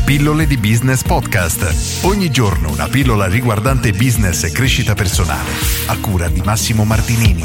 Pillole di Business Podcast. Ogni giorno una pillola riguardante business e crescita personale. A cura di Massimo Martinini.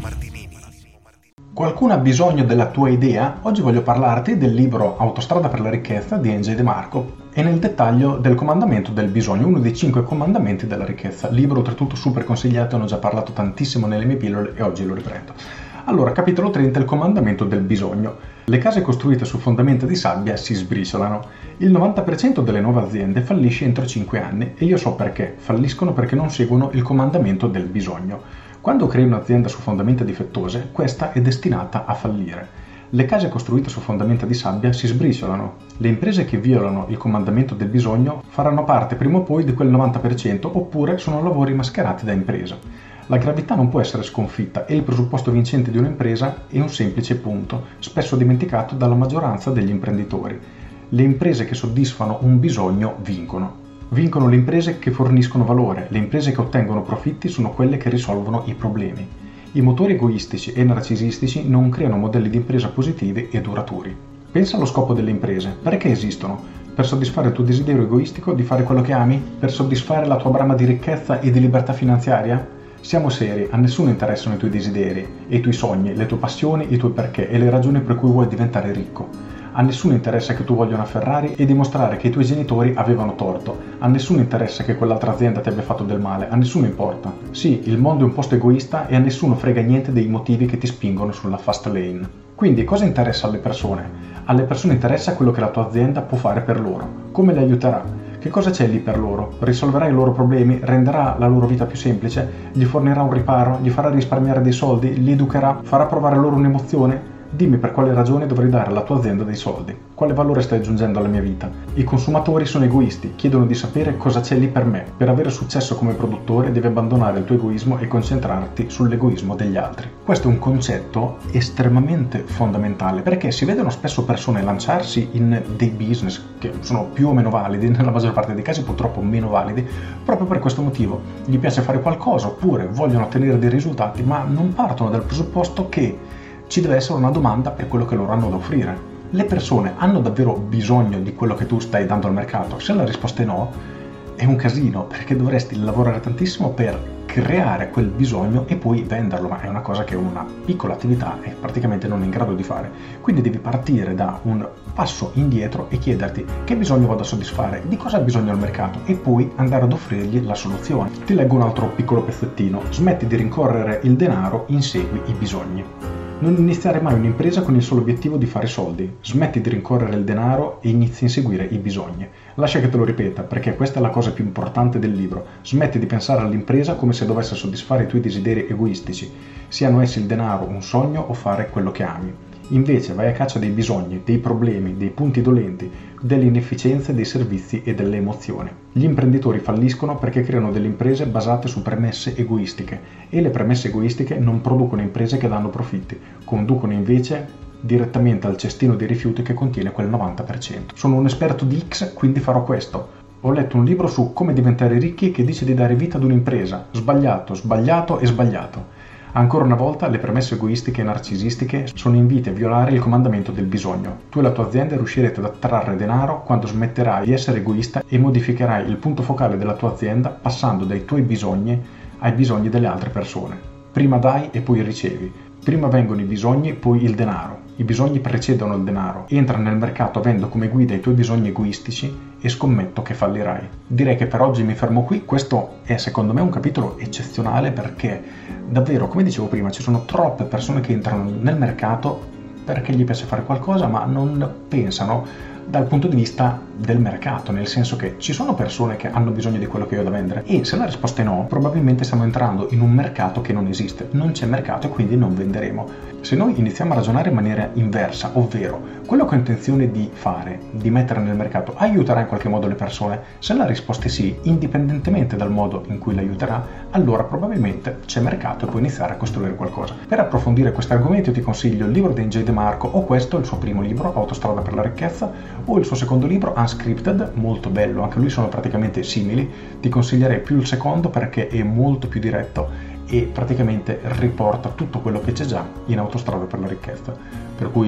Qualcuno ha bisogno della tua idea? Oggi voglio parlarti del libro Autostrada per la ricchezza di N.J. DeMarco e nel dettaglio del comandamento del bisogno, uno dei 5 comandamenti della ricchezza. Libro oltretutto super consigliato, ne ho già parlato tantissimo nelle mie pillole e oggi lo riprendo. Allora, capitolo 30, il comandamento del bisogno. Le case costruite su fondamenta di sabbia si sbriciolano. Il 90% delle nuove aziende fallisce entro 5 anni e io so perché. Falliscono perché non seguono il comandamento del bisogno. Quando crei un'azienda su fondamenta difettose, questa è destinata a fallire. Le case costruite su fondamenta di sabbia si sbriciolano. Le imprese che violano il comandamento del bisogno faranno parte prima o poi di quel 90% oppure sono lavori mascherati da impresa. La gravità non può essere sconfitta e il presupposto vincente di un'impresa è un semplice punto, spesso dimenticato dalla maggioranza degli imprenditori. Le imprese che soddisfano un bisogno vincono. Vincono le imprese che forniscono valore, le imprese che ottengono profitti sono quelle che risolvono i problemi. I motori egoistici e narcisistici non creano modelli di impresa positivi e duraturi. Pensa allo scopo delle imprese. Perché esistono? Per soddisfare il tuo desiderio egoistico di fare quello che ami? Per soddisfare la tua brama di ricchezza e di libertà finanziaria? Siamo seri, a nessuno interessano i tuoi desideri, e i tuoi sogni, le tue passioni, i tuoi perché e le ragioni per cui vuoi diventare ricco. A nessuno interessa che tu voglia una Ferrari e dimostrare che i tuoi genitori avevano torto. A nessuno interessa che quell'altra azienda ti abbia fatto del male, a nessuno importa. Sì, il mondo è un posto egoista e a nessuno frega niente dei motivi che ti spingono sulla fast lane. Quindi cosa interessa alle persone? Alle persone interessa quello che la tua azienda può fare per loro, come le aiuterà. Che cosa c'è lì per loro? Risolverà i loro problemi? Renderà la loro vita più semplice? Gli fornirà un riparo? Gli farà risparmiare dei soldi? Li educherà? Farà provare loro un'emozione? Dimmi per quale ragione dovrei dare alla tua azienda dei soldi. Quale valore stai aggiungendo alla mia vita? I consumatori sono egoisti, chiedono di sapere cosa c'è lì per me. Per avere successo come produttore devi abbandonare il tuo egoismo e concentrarti sull'egoismo degli altri. Questo è un concetto estremamente fondamentale perché si vedono spesso persone lanciarsi in dei business che sono più o meno validi, nella maggior parte dei casi purtroppo meno validi, proprio per questo motivo. Gli piace fare qualcosa oppure vogliono ottenere dei risultati ma non partono dal presupposto che ci deve essere una domanda per quello che loro hanno da offrire. Le persone hanno davvero bisogno di quello che tu stai dando al mercato? Se la risposta è no, è un casino, perché dovresti lavorare tantissimo per creare quel bisogno e poi venderlo, ma è una cosa che una piccola attività è praticamente non in grado di fare. Quindi devi partire da un passo indietro e chiederti che bisogno vado a soddisfare, di cosa ha bisogno il mercato e poi andare ad offrirgli la soluzione. Ti leggo un altro piccolo pezzettino. Smetti di rincorrere il denaro, insegui i bisogni. Non iniziare mai un'impresa con il solo obiettivo di fare soldi. Smetti di rincorrere il denaro e inizi a inseguire i bisogni. Lascia che te lo ripeta, perché questa è la cosa più importante del libro. Smetti di pensare all'impresa come se dovesse soddisfare i tuoi desideri egoistici, siano essi il denaro, un sogno o fare quello che ami. Invece vai a caccia dei bisogni, dei problemi, dei punti dolenti, delle inefficienze, dei servizi e delle emozioni. Gli imprenditori falliscono perché creano delle imprese basate su premesse egoistiche e le premesse egoistiche non producono imprese che danno profitti, conducono invece direttamente al cestino dei rifiuti che contiene quel 90%. Sono un esperto di X, quindi farò questo. Ho letto un libro su come diventare ricchi che dice di dare vita ad un'impresa. Sbagliato, sbagliato e sbagliato. Ancora una volta, le premesse egoistiche e narcisistiche sono inviti a violare il comandamento del bisogno. Tu e la tua azienda riuscirete ad attrarre denaro quando smetterai di essere egoista e modificherai il punto focale della tua azienda passando dai tuoi bisogni ai bisogni delle altre persone. Prima dai e poi ricevi. Prima vengono i bisogni, poi il denaro. I bisogni precedono il denaro. Entra nel mercato avendo come guida i tuoi bisogni egoistici e scommetto che fallirai. Direi che per oggi mi fermo qui. Questo è secondo me un capitolo eccezionale perché davvero, come dicevo prima, ci sono troppe persone che entrano nel mercato perché gli piace fare qualcosa ma non pensano dal punto di vista del mercato, nel senso che ci sono persone che hanno bisogno di quello che io ho da vendere e se la risposta è no, probabilmente stiamo entrando in un mercato che non esiste, non c'è mercato e quindi non venderemo. Se noi iniziamo a ragionare in maniera inversa, ovvero quello che ho intenzione di fare, di mettere nel mercato, aiuterà in qualche modo le persone? Se la risposta è sì, indipendentemente dal modo in cui l'aiuterà, allora probabilmente c'è mercato e puoi iniziare a costruire qualcosa. Per approfondire questo argomento ti consiglio il libro di N.J. DeMarco o questo, il suo primo libro, Autostrada per la ricchezza, o il suo secondo libro, Unscripted, molto bello, anche lui sono praticamente simili. Ti consiglierei più il secondo perché è molto più diretto e praticamente riporta tutto quello che c'è già in Autostrada per la ricchezza, per cui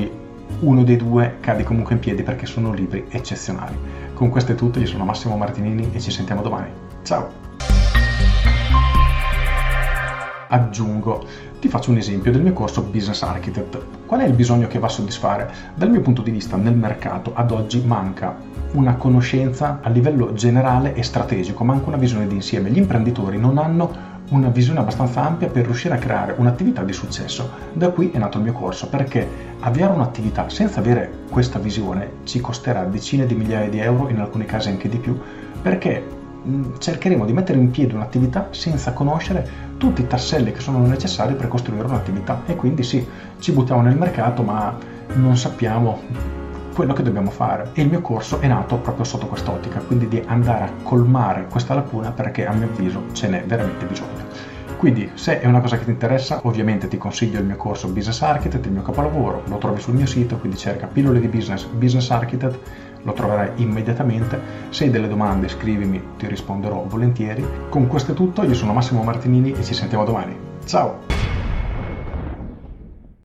uno dei due cadi comunque in piedi perché sono libri eccezionali. Con questo è tutto, io sono Massimo Martinini e ci sentiamo domani. Ciao! Aggiungo, ti faccio un esempio del mio corso Business Architect. Qual è il bisogno che va a soddisfare? Dal mio punto di vista, nel mercato ad oggi manca una conoscenza a livello generale e strategico, manca una visione d'insieme. Gli imprenditori non hanno una visione abbastanza ampia per riuscire a creare un'attività di successo. Da qui è nato il mio corso, perché avviare un'attività senza avere questa visione ci costerà decine di migliaia di euro, in alcuni casi anche di più, perché cercheremo di mettere in piedi un'attività senza conoscere tutti i tasselli che sono necessari per costruire un'attività, e quindi sì, ci buttiamo nel mercato ma non sappiamo quello che dobbiamo fare. E il mio corso è nato proprio sotto quest'ottica, quindi di andare a colmare questa lacuna, perché a mio avviso ce n'è veramente bisogno. Quindi se è una cosa che ti interessa, ovviamente ti consiglio il mio corso Business Architect, il mio capolavoro, lo trovi sul mio sito, quindi cerca pillole di business, Business Architect, lo troverai immediatamente. Se hai delle domande scrivimi, ti risponderò volentieri. Con questo è tutto, io sono Massimo Martinini e ci sentiamo domani. Ciao!